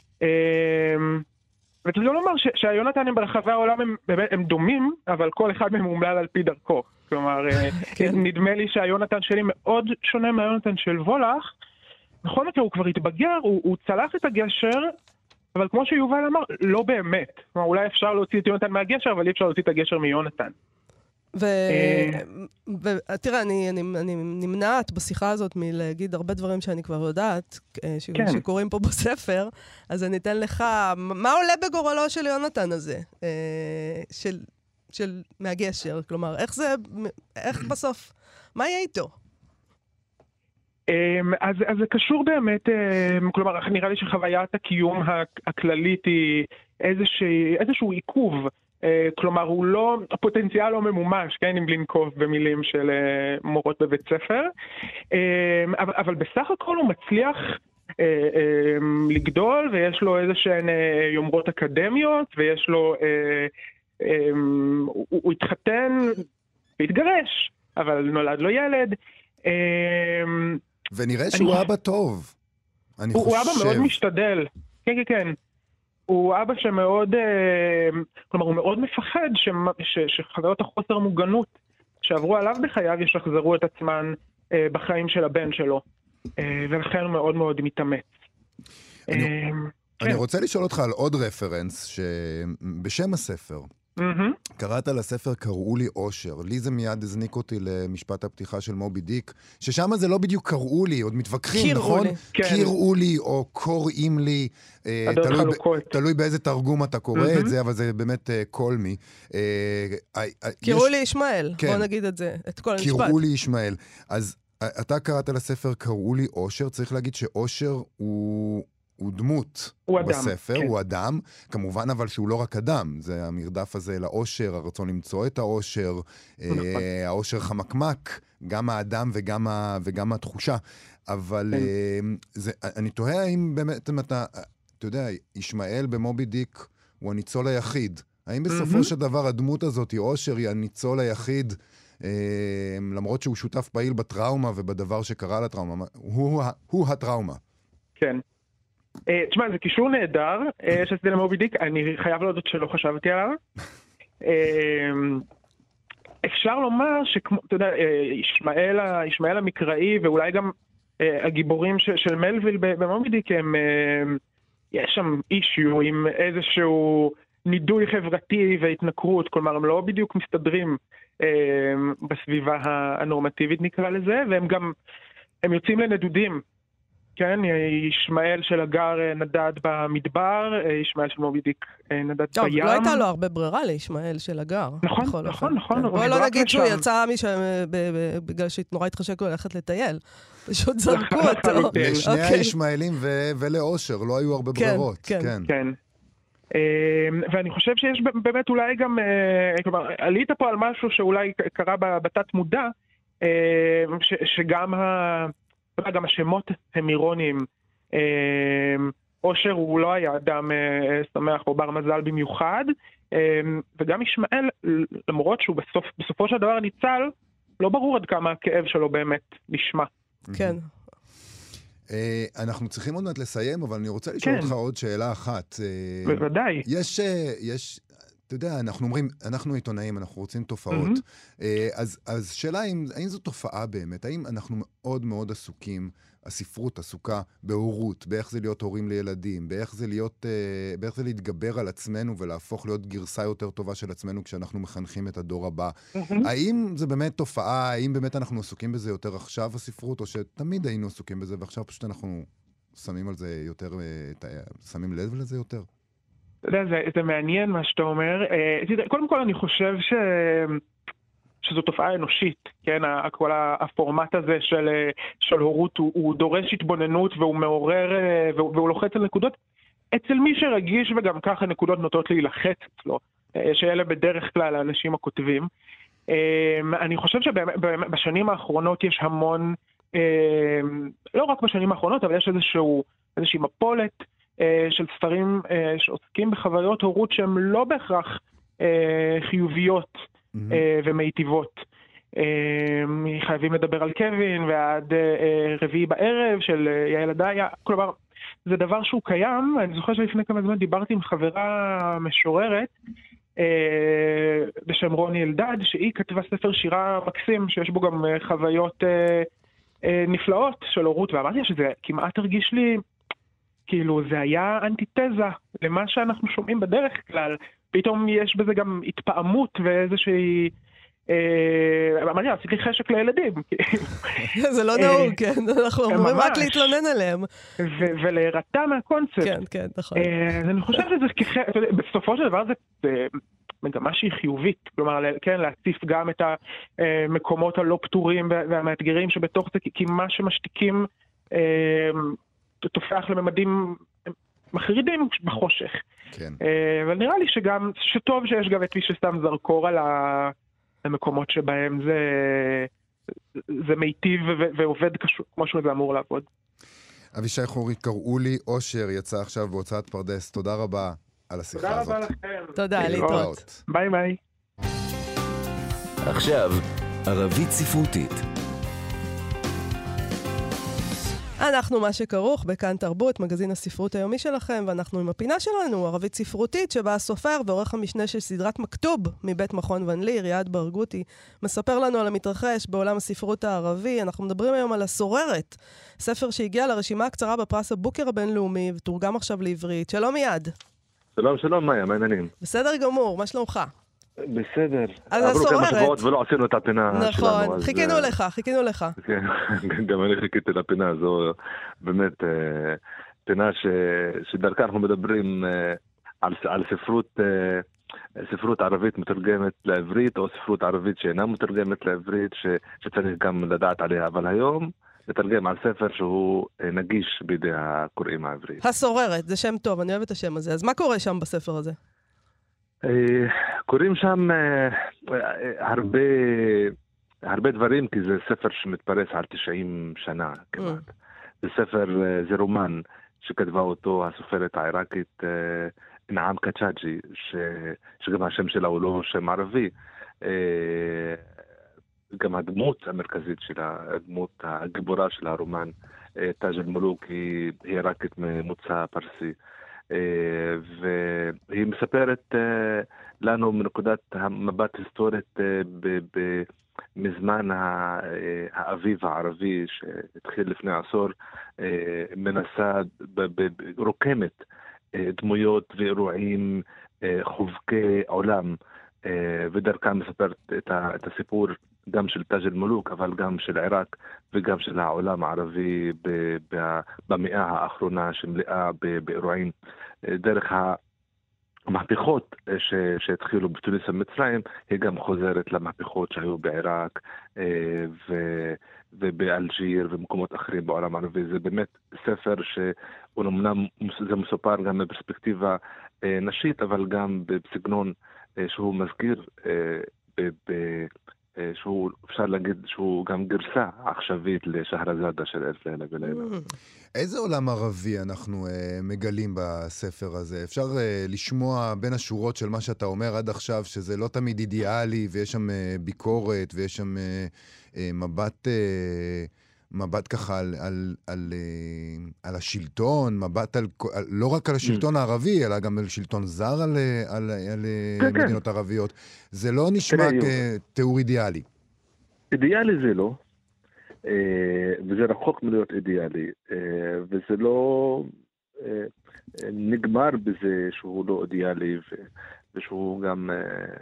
וצריך גם לומר שהיונתנים ברחבי העולם הם דומים, אבל כל אחד מהם מומלל על פי דרכו. כלומר, נדמה לי שהיונתן שלי מאוד שונה מהיונתן של וולך. בכל מקרה הוא כבר התבגר, הוא צלח את הגשר, אבל כמו שיובל אמר, לא באמת. כלומר, אולי אפשר להוציא את יונתן מהגשר, אבל אי אפשר להוציא את הגשר מיונתן. ותראה, אני נמנעת בשיחה הזאת מלהגיד הרבה דברים שאני כבר יודעת, שקוראים פה בספר, אז אני אתן לך, מה עולה בגורלו של יונתן הזה, של מהגשר? כלומר, איך בסוף, מה יהיה איתו? אז זה קשור באמת, כלומר, נראה לי שחוויית הקיום הכללית היא איזשהו עיכוב, כלומר, הוא לא, הפוטנציאל לא ממומש, כן, אם לנקוב במילים של מורות בבית ספר, אבל בסך הכל הוא מצליח לגדול, ויש לו איזשהן יומרות אקדמיות, ויש לו, הוא התחתן והתגרש, אבל נולד לו ילד. ונראה שהוא אבא טוב, אני חושב. הוא אבא מאוד משתדל, כן, כן, כן. הוא אבא שמאוד, כלומר, הוא מאוד מפחד שחוויות החוסר מוגנות שעברו עליו בחייו ישחזרו את עצמן בחיים של הבן שלו. ולכן הוא מאוד מאוד מתאמץ. אני רוצה לשאול אותך על עוד רפרנס שבשם הספר. קראת לספר קראו לי אושר. לי זה מיד הזניק אותי למשפט הפתיחה של מובי דיק, ששם זה לא בדיוק קראו לי, עוד מתווכחים, נכון? קראו לי או קוראים לי, תלוי באיזה תרגום אתה קורא את זה, אבל זה באמת קול מי. קראו לי ישמעאל, בוא נגיד את זה, את כל המשפט. קראו לי ישמעאל. אז אתה קראת לספר קראו לי אושר, צריך להגיד שאושר הוא דמות בספר, הוא אדם, כמובן אבל שהוא לא רק אדם, זה המרדף הזה לאושר, הרצון למצוא את האושר, האושר חמקמק, גם האדם וגם התחושה, אבל אני תוהה האם באמת, אתה יודע, ישמעאל במובי דיק הוא הניצול היחיד, האם בסופו של דבר הדמות הזאת, אושר, היא הניצול היחיד, למרות שהוא שותף פעיל בטראומה ובדבר שקרה לטראומה, הוא הטראומה. כן. תשמע, זה קישור נהדר שעשיתי למובי דיק, אני חייב להודות שלא חשבתי עליו. אפשר לומר שכמו, אתה יודע, ישמעאל המקראי ואולי גם הגיבורים של מלוויל במובי דיק, יש שם אישיו עם איזשהו נידוי חברתי והתנכרות, כלומר הם לא בדיוק מסתדרים בסביבה הנורמטיבית נקרא לזה, והם גם, הם יוצאים לנדודים. כן, ישמעאל של הגר נדד במדבר, ישמעאל של מובי דיק נדד בים. לא הייתה לו הרבה ברירה לישמעאל של הגר. נכון. בוא לא נגיד שהוא יצא משם בגלל שנורא התחשק לו ללכת לטייל. פשוט זרקו אותו. לשני הישמעאלים ולאושר, לא היו הרבה ברירות. כן. ואני חושב שיש באמת אולי גם, כלומר, עלית פה על משהו שאולי קרה בתת מודע, שגם גם השמות הם אירוניים. אושר הוא לא היה אדם שמח או בר מזל במיוחד, וגם ישמעאל, למרות שהוא בסופו של דבר ניצל, לא ברור עד כמה הכאב שלו באמת נשמע. כן. אנחנו צריכים עוד מעט לסיים, אבל אני רוצה לשאול אותך עוד שאלה אחת. בוודאי. יש, אתה יודע, אנחנו אומרים, אנחנו עיתונאים, אנחנו רוצים תופעות. אז שאלה, האם זו תופעה באמת? האם אנחנו מאוד מאוד עסוקים, הספרות עסוקה בהורות, באיך זה להיות הורים לילדים, באיך זה להתגבר על עצמנו ולהפוך להיות גרסה יותר טובה של עצמנו כשאנחנו מחנכים את הדור הבא. האם זה באמת תופעה, האם באמת אנחנו עסוקים בזה יותר עכשיו הספרות, או שתמיד היינו עסוקים בזה ועכשיו פשוט אנחנו שמים על זה יותר, שמים לב לזה יותר? זה מעניין מה שאתה אומר. קודם כל אני חושב שזו תופעה אנושית, כן? כל הפורמט הזה של הורות הוא דורש התבוננות והוא מעורר והוא לוחץ על נקודות. אצל מי שרגיש וגם ככה נקודות נוטות להילחץ אצלו, שאלה בדרך כלל האנשים הכותבים. אני חושב שבשנים האחרונות יש המון, לא רק בשנים האחרונות, אבל יש איזושהי מפולת של ספרים שעוסקים בחוויות הורות שהן לא בהכרח חיוביות ומיטיבות. חייבים לדבר על קווין, ועד רביעי בערב של יעל עדיה, כלומר, זה דבר שהוא קיים. אני זוכר שלפני כמה זמן דיברתי עם חברה משוררת, בשם רוני אלדד, שהיא כתבה ספר שירה מקסים, שיש בו גם חוויות נפלאות של הורות, ואמרתי שזה כמעט הרגיש לי, כאילו זה היה אנטיתזה למה שאנחנו שומעים בדרך כלל, פתאום יש בזה גם התפעמות ואיזושהי, אמרתי, עשיתי חשק לילדים. זה לא נהוג, כן, אנחנו אמורים רק להתלונן עליהם. ולהירתע מהקונספט. כן, כן, נכון. אז אני חושב שזה, בסופו של דבר זה מגמה שהיא חיובית, כלומר, כן, להציף גם את המקומות הלא פתורים והמאתגרים שבתוך זה, כי מה שמשתיקים תופח לממדים מחרידים בחושך. כן. אבל נראה לי שגם, שטוב שיש גם את מי ששם זרקור על המקומות שבהם זה מיטיב ועובד כמו שזה אמור לעבוד. אבישי חורי, קראו לי אושר, יצא עכשיו בהוצאת פרדס. תודה רבה על השיחה הזאת. תודה רבה לכם. תודה, להתראות. ביי ביי. עכשיו, ערבית ספרותית. אנחנו מה שכרוך בכאן תרבות, מגזין הספרות היומי שלכם, ואנחנו עם הפינה שלנו, ערבית ספרותית, שבה הסופר ועורך המשנה של סדרת מכתוב מבית מכון ון ליר, יעד ברגותי, מספר לנו על המתרחש בעולם הספרות הערבי. אנחנו מדברים היום על הסוררת, ספר שהגיע לרשימה הקצרה בפרס הבוקר הבינלאומי, ותורגם עכשיו לעברית. שלום יעד. שלום, שלום, מאיה, מה העניינים? בסדר גמור, מה שלומך? בסדר. אז הסוררת. עברו כמה שבועות ולא עשינו את הפינה שלנו. נכון, חיכינו לך. גם אני חיכיתי לפינה הזו, באמת פינה שדרכה אנחנו מדברים על ספרות ערבית מתורגמת לעברית, או ספרות ערבית שאינה מתורגמת לעברית, שצריך גם לדעת עליה, אבל היום לתרגם על ספר שהוא נגיש בידי הקוראים העברית. הסוררת, זה שם טוב, אני אוהב את השם הזה. אז מה קורה שם בספר הזה? קוראים שם הרבה דברים, כי זה ספר שמתפרס על 90 שנה כמעט. זה רומן שכתבה אותו הסופרת העיראקית נעם קצ'אג'י, שגם השם שלה הוא לא שם ערבי. גם הדמות המרכזית שלה, הדמות הגיבורה של הרומן, תאג' אל-מולוק, היא עיראקית ממוצא פרסי. והיא מספרת לנו מנקודת המבט היסטורית מזמן האביב הערבי שהתחיל לפני עשור, מנסה, רוקמת דמויות ואירועים חובקי עולם, ודרכה מספרת את הסיפור גם של תאג' אל-מולוק, אבל גם של עיראק וגם של העולם הערבי במאה האחרונה, שמלאה באירועים. דרך המהפכות שהתחילו בתוניס ומצרים, היא גם חוזרת למהפכות שהיו בעיראק ובאלג'יר ומקומות אחרים בעולם הערבי. זה באמת ספר שאומנם זה מסופר גם בפרספקטיבה נשית, אבל גם בסגנון שהוא מזכיר שהוא, אפשר להגיד שהוא גם גרסה עכשווית לשהרזאדה של אלף לילה ולילה. איזה עולם ערבי אנחנו מגלים בספר הזה? אפשר לשמוע בין השורות של מה שאתה אומר עד עכשיו, שזה לא תמיד אידיאלי, ויש שם ביקורת, ויש שם מבט ככה על השלטון, מבט לא רק על השלטון הערבי, אלא גם על שלטון זר על מדינות ערביות. זה לא נשמע כתיאור אידיאלי. אידיאלי זה לא, וזה רחוק מלהיות אידיאלי, וזה לא נגמר בזה שהוא לא אידיאלי, ושהוא גם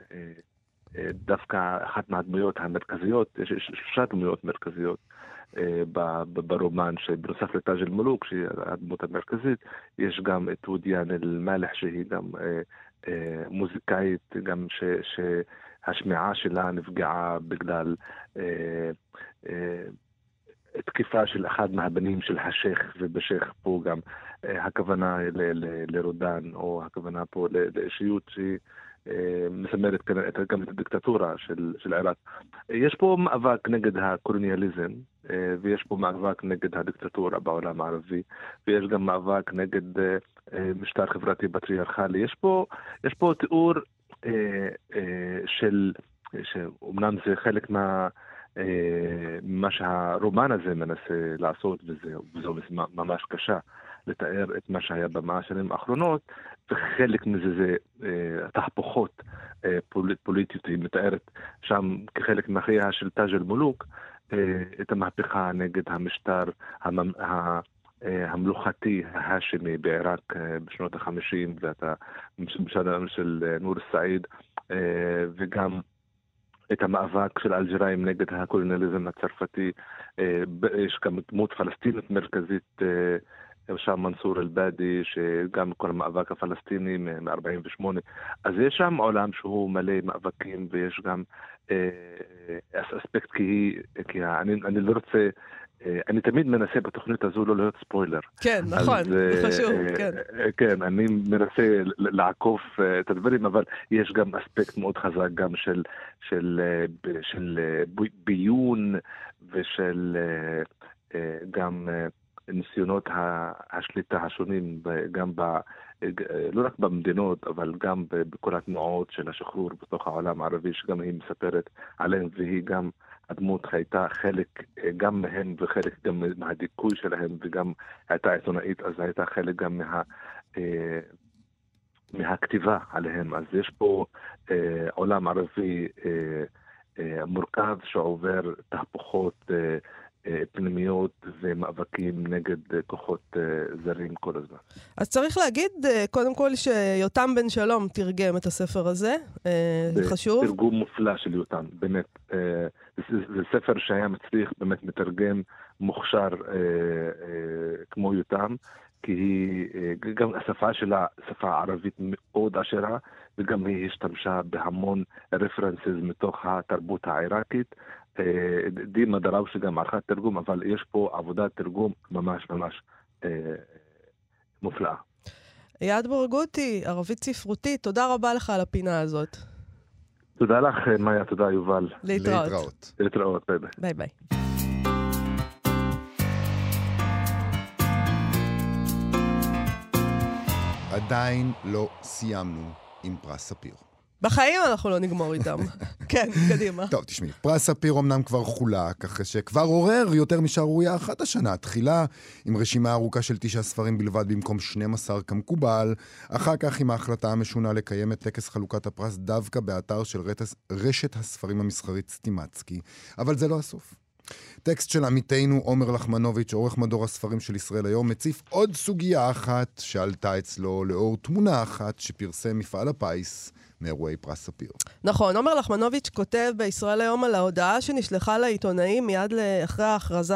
דווקא אחת מהדמויות המרכזיות, יש 3 דמויות מרכזיות, ברומן, שבנוסף לתאג' אל-מולוק, שהיא הדמות המרכזית, יש גם את וודיאן אל-מלח, שהיא גם מוזיקאית, גם שהשמיעה שלה נפגעה בגלל תקיפה של אחד מהבנים של השייך, ובשייך פה גם הכוונה לרודן, או הכוונה פה לאישיות שהיא מסמלת גם את הדיקטטורה של עיראק. יש פה מאבק נגד הקולוניאליזם, ויש פה מאבק נגד הדיקטטורה בעולם הערבי, ויש גם מאבק נגד משטר חברתי פטריארכלי. יש פה תיאור שאומנם זה חלק מה שהרומן הזה מנסה לעשות, וזו ממש קשה לתאר את מה שהיה במאה השנים האחרונות, וחלק מזה זה תהפוכות פוליטיות. היא מתארת שם כחלק מהחייה של תאג' אל-מולוק את המהפכה נגד המשטר המלוכתי ההאשמי בעיראק בשנות ה-50, ואת הממשלה של נור סעיד, וגם את המאבק של אלג'יראים נגד הקולוניאליזם הצרפתי. יש גם דמות פלסטינית מרכזית, שם מנסור אל-באדי, שגם כל המאבק הפלסטיני מ-48. אז יש שם עולם שהוא מלא מאבקים, ויש גם אספקט, כי אני לא רוצה, אני תמיד מנסה בתוכנית הזו לא להיות ספוילר. כן, נכון, זה חשוב, כן. כן, אני מנסה לעקוף את הדברים, אבל יש גם אספקט מאוד חזק גם של ביון, ושל גם ניסיונות השליטה השונים, גם לא רק במדינות, אבל גם בכל התנועות של השחרור בתוך העולם הערבי, שגם היא מספרת עליהם, והיא גם הדמות הייתה חלק גם מהם, וחלק גם מהדיכוי שלהם, וגם הייתה עיתונאית, אז הייתה חלק גם מהכתיבה עליהם. אז יש פה עולם ערבי מורכב שעובר תהפוכות פנימיות ומאבקים נגד כוחות זרים כל הזמן. אז צריך להגיד קודם כל שיותם בן שלום תרגם את הספר הזה, זה חשוב. תרגום מופלא של יותם, באמת. זה ספר שהיה מצליח באמת מתרגם מוכשר כמו יותם, כי גם השפה שלה, שפה ערבית מאוד עשירה, וגם היא השתמשה בהמון רפרנסס מתוך התרבות העיראקית. דימה דראוש שגם ערכה תרגום, אבל יש פה עבודת תרגום ממש ממש מופלאה. אייד בורגותי, ערבית ספרותית, תודה רבה לך על הפינה הזאת. תודה לך, מאיה, תודה יובל. להתראות. להתראות, ביי ביי. ביי ביי. עדיין לא סיימנו עם פרס ספיר. בחיים אנחנו לא נגמור איתם. כן, קדימה. טוב, תשמעי, פרס ספיר אמנם כבר חולק, אחרי שכבר עורר יותר משערורייה אחת השנה. תחילה עם רשימה ארוכה של 9 ספרים בלבד במקום 12 כמקובל, אחר כך עם ההחלטה המשונה לקיים את טקס חלוקת הפרס דווקא באתר של רשת הספרים המסחרית סטימצקי. אבל זה לא הסוף. טקסט של עמיתנו עומר לחמנוביץ', עורך מדור הספרים של ישראל היום, מציף עוד סוגיה אחת שעלתה אצלו לאור תמונה אחת שפרסם מפעל הפיס מאירועי פרס ספיר. נכון, עומר לחמנוביץ' כותב בישראל היום על ההודעה שנשלחה לעיתונאים מיד אחרי ההכרזה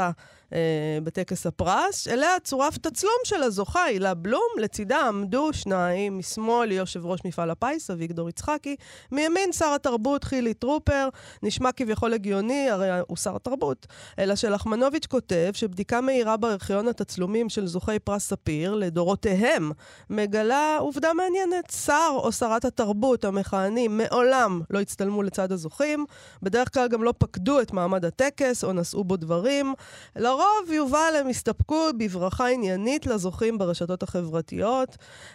בטקס הפרס, אליה צורף תצלום של הזוכה, הילה בלום, לצידה עמדו 2, משמאל יושב ראש מפעל הפיס, אביגדור יצחקי, מימין שר התרבות חילי טרופר, נשמע כביכול הגיוני, הרי הוא שר התרבות, אלא שלחמנוביץ' כותב שבדיקה מהירה בארכיון התצלומים של זוכי פרס ספיר, לדורותיהם, מגלה עובדה מעניינת, שר או שרת התרבות המכהנים מעולם לא הצטלמו לצד הזוכים, בדרך כלל גם לא פקדו את מעמד הטקס או נשאו בו דברים, לרוב יובל הם הסתפקו בברכה עניינית לזוכים ברשתות החברתיות.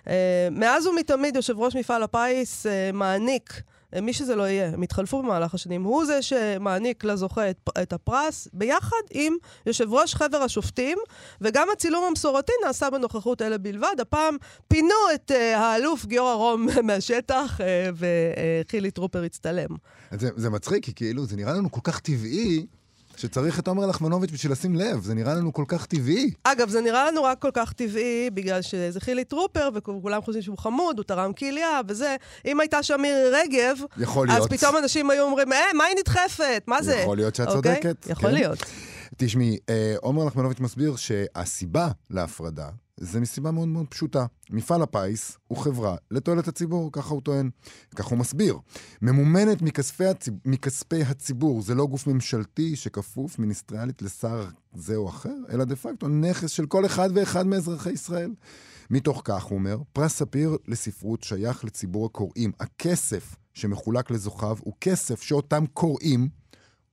מאז ומתמיד יושב ראש מפעל הפיס מעניק, מי שזה לא יהיה, הם התחלפו במהלך השנים, הוא זה שמעניק לזוכה את הפרס, ביחד עם יושב ראש חבר השופטים, וגם הצילום המסורתי נעשה בנוכחות אלה בלבד. הפעם פינו את האלוף גיורא רום מהשטח, וחילי טרופר הצטלם. זה מצחיק, כי כאילו זה נראה לנו כל כך טבעי, שצריך את עומר לחמנוביץ' בשביל לשים לב, זה נראה לנו כל כך טבעי. אגב, זה נראה לנו רק כל כך טבעי, בגלל שזה חילי טרופר, וכולם חושבים שהוא חמוד, הוא תרם כליה, וזה. אם הייתה שם מירי רגב, אז פתאום אנשים היו אומרים, מה היא נדחפת? מה זה? יכול להיות שאת צודקת. יכול להיות. תשמעי, עומר לחמנוביץ' מסביר שהסיבה להפרדה, זה מסיבה מאוד מאוד פשוטה. מפעל הפיס הוא חברה לתועלת הציבור, ככה הוא טוען. ככה הוא מסביר. ממומנת מכספי הציבור, זה לא גוף ממשלתי שכפוף מיניסטריאלית לשר זה או אחר, אלא דה פקטו נכס של כל אחד ואחד מאזרחי ישראל. מתוך כך, הוא אומר, פרס ספיר לספרות שייך לציבור הקוראים. הכסף שמחולק לזוכיו הוא כסף שאותם קוראים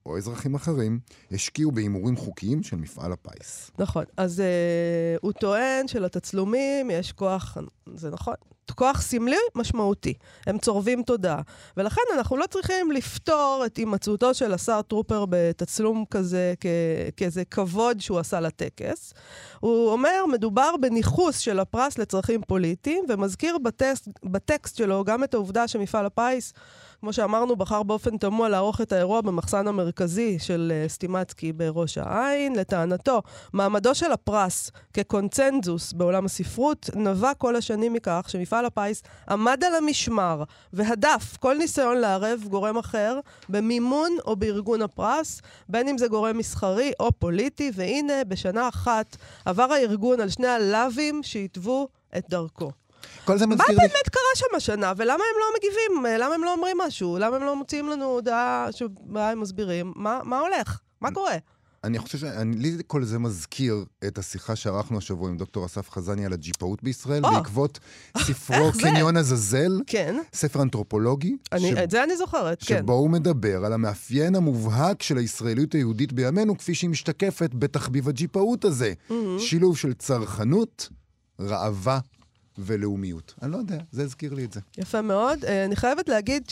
או אזרחים אחרים השקיעו בהימורים חוקיים של מפעל הפיס. נכון. אז הוא טוען שלתצלומים יש כוח, זה נכון, כוח סמלי משמעותי. הם צורבים תודעה. ולכן אנחנו לא צריכים לפתור את הימצאותו של השר טרופר בתצלום כזה, כאיזה כבוד שהוא עשה לטקס. הוא אומר, מדובר בניחוס של הפרס לצרכים פוליטיים, ומזכיר בטקסט שלו גם את העובדה שמפעל הפיס, כמו שאמרנו, בחר באופן תמוה לערוך את האירוע במחסן המרכזי של סטימצקי בראש העין. לטענתו, מעמדו של הפרס כקונצנזוס בעולם הספרות נבע כל השנים מכך שמפעל הפיס עמד על המשמר והדף כל ניסיון לערב גורם אחר במימון או בארגון הפרס, בין אם זה גורם מסחרי או פוליטי, והנה בשנה אחת עבר הארגון על שני הלאווים שהתוו את דרכו. כל זה מה מזכיר לי... באמת קרה שם השנה, ולמה הם לא מגיבים? למה הם לא אומרים משהו? למה הם לא מוציאים לנו הודעה שבה הם מסבירים? מה הולך? מה קורה? אני חושב לי כל זה מזכיר את השיחה שערכנו השבוע עם דוקטור אסף חזני על הג'יפאות בישראל, בעקבות ספרו קניון הזזל, ספר אנתרופולוגי. את זה אני זוכרת, כן. שבו הוא מדבר על המאפיין המובהק של הישראליות היהודית בימינו, כפי שהיא משתקפת בתחביב הג'יפאות הזה. שילוב של צרכנות, רעבה, ולאומיות. אני לא יודע, זה הזכיר לי את זה. יפה מאוד. אני חייבת להגיד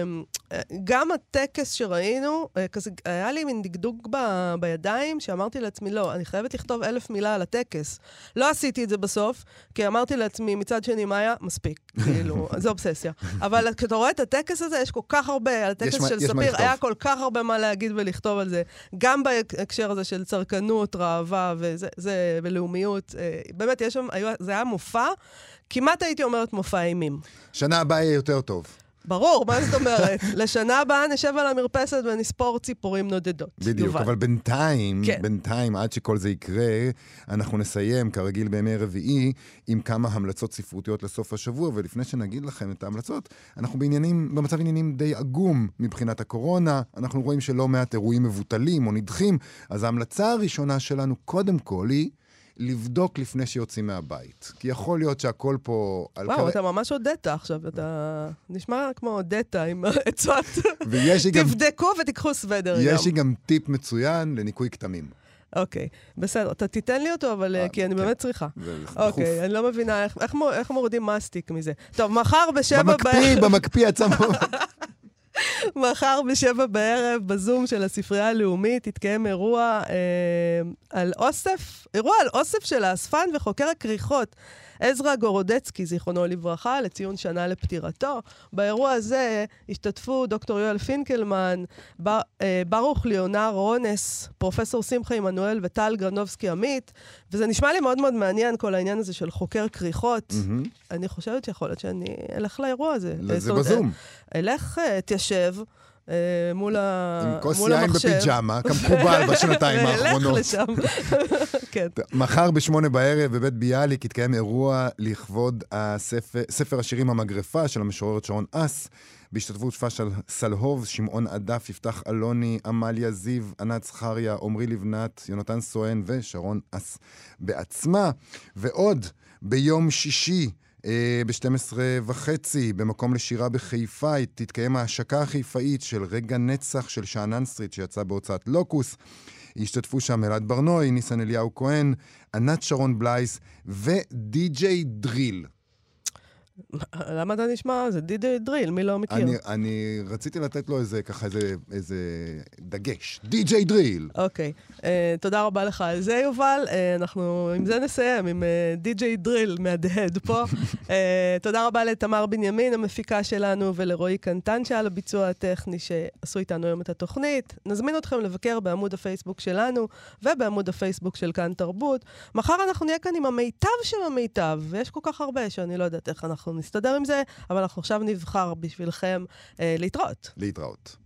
שגם הטקס שראינו, כזה, היה לי מין דגדוג בידיים, שאמרתי לעצמי, לא, אני חייבת לכתוב 1000 מילה על הטקס. לא עשיתי את זה בסוף, כי אמרתי לעצמי, מצד שני, מאיה, מספיק. כאילו, זה אובססיה. אבל כשאתה רואה את הטקס הזה, יש כל כך הרבה, על הטקס של ספיר, היה כל כך הרבה מה להגיד ולכתוב על זה. גם בהקשר הזה של צרכנות, רעבה ולאומיות. באמת, יש שם, זה היה מופע, כמעט הייתי אומרת מופע אימים. שנה הבאה יהיה יותר טוב. ברור, מה זאת אומרת? לשנה הבאה נשב על המרפסת ונספור ציפורים נודדות. בדיוק, אבל בינתיים, עד שכל זה יקרה, אנחנו נסיים, כרגיל בימי רביעי, עם כמה המלצות ספרותיות לסוף השבוע, ולפני שנגיד לכם את ההמלצות, אנחנו במצב עניינים די עגום מבחינת הקורונה, אנחנו רואים שלא מעט אירועים מבוטלים או נדחים, אז ההמלצה הראשונה שלנו קודם כל היא, לבדוק לפני שיוצאים מהבית. כי יכול להיות שהכל פה... וואו, אתה ממש הודעת עכשיו. אתה נשמע כמו הודעת עם עצות. תבדקו ותיקחו סוודר. יש לי גם טיפ מצוין לניקוי כתמים. אוקיי, בסדר. אתה תיתן לי אותו, אבל כי אני באמת צריכה. אוקיי, אני לא מבינה איך מורידים מסטיק מזה. טוב, מחר במקפיא עצמו. מחר ב7 בערב, בזום של הספרייה הלאומית, יתקיים אירוע על אוסף של האספן וחוקר הכריכות. עזרא גורודצקי, זיכרונו לברכה, לציון שנה לפטירתו. באירוע הזה השתתפו דוקטור יואל פינקלמן, ברוך ליאונר רונס, פרופסור שמחה עמנואל וטל גרנובסקי עמית, וזה נשמע לי מאוד מאוד מעניין, כל העניין הזה של חוקר כריכות. אני חושבת שיכול להיות שאני אלך לאירוע הזה. זה בזום. אלך, תיישב. מול המחשב. עם כוס יין בפיג'מה, כמקובל בשנתיים האחרונות. לך לשם. כן. מחר ב8 בערב בבית ביאליק יתקיים אירוע לכבוד ספר השירים המגרפה של המשוררת שרון אס, בהשתתפות פשל סלהוב, שמעון עדף, יפתח אלוני, אמליה זיו, ענת זכריה, עמרי לבנת, יונתן סואן ושרון אס בעצמה. ועוד ביום שישי, ב-12:30 במקום לשירה בחיפה תתקיים ההשקה החיפאית של רגע נצח של שאנן סטריט שיצא בהוצאת לוקוס. השתתפו שם אלעד ברנוי, ניסן אליהו כהן, ענת שרון בלייס ודי-ג'יי דריל. למה אתה נשמע? זה די-ג'יי דריל, מי לא מכיר? אני רציתי לתת לו איזה דגש. די-ג'יי דריל. אוקיי. תודה רבה לך על זה, יובל. אנחנו עם זה נסיים, עם די-ג'יי דריל מהדהד פה. תודה רבה לתמר בנימין, המפיקה שלנו, ולרועי קנטן שעל הביצוע הטכני שעשו איתנו היום את התוכנית. נזמין אתכם לבקר בעמוד הפייסבוק שלנו, ובעמוד הפייסבוק של כאן תרבות. מחר אנחנו נהיה כאן עם המיטב של המיטב, ויש כל כך הרבה שאני לא יודעת איך אנחנו נסתדר עם זה, אבל אנחנו עכשיו נבחר בשבילכם להתראות. להתראות.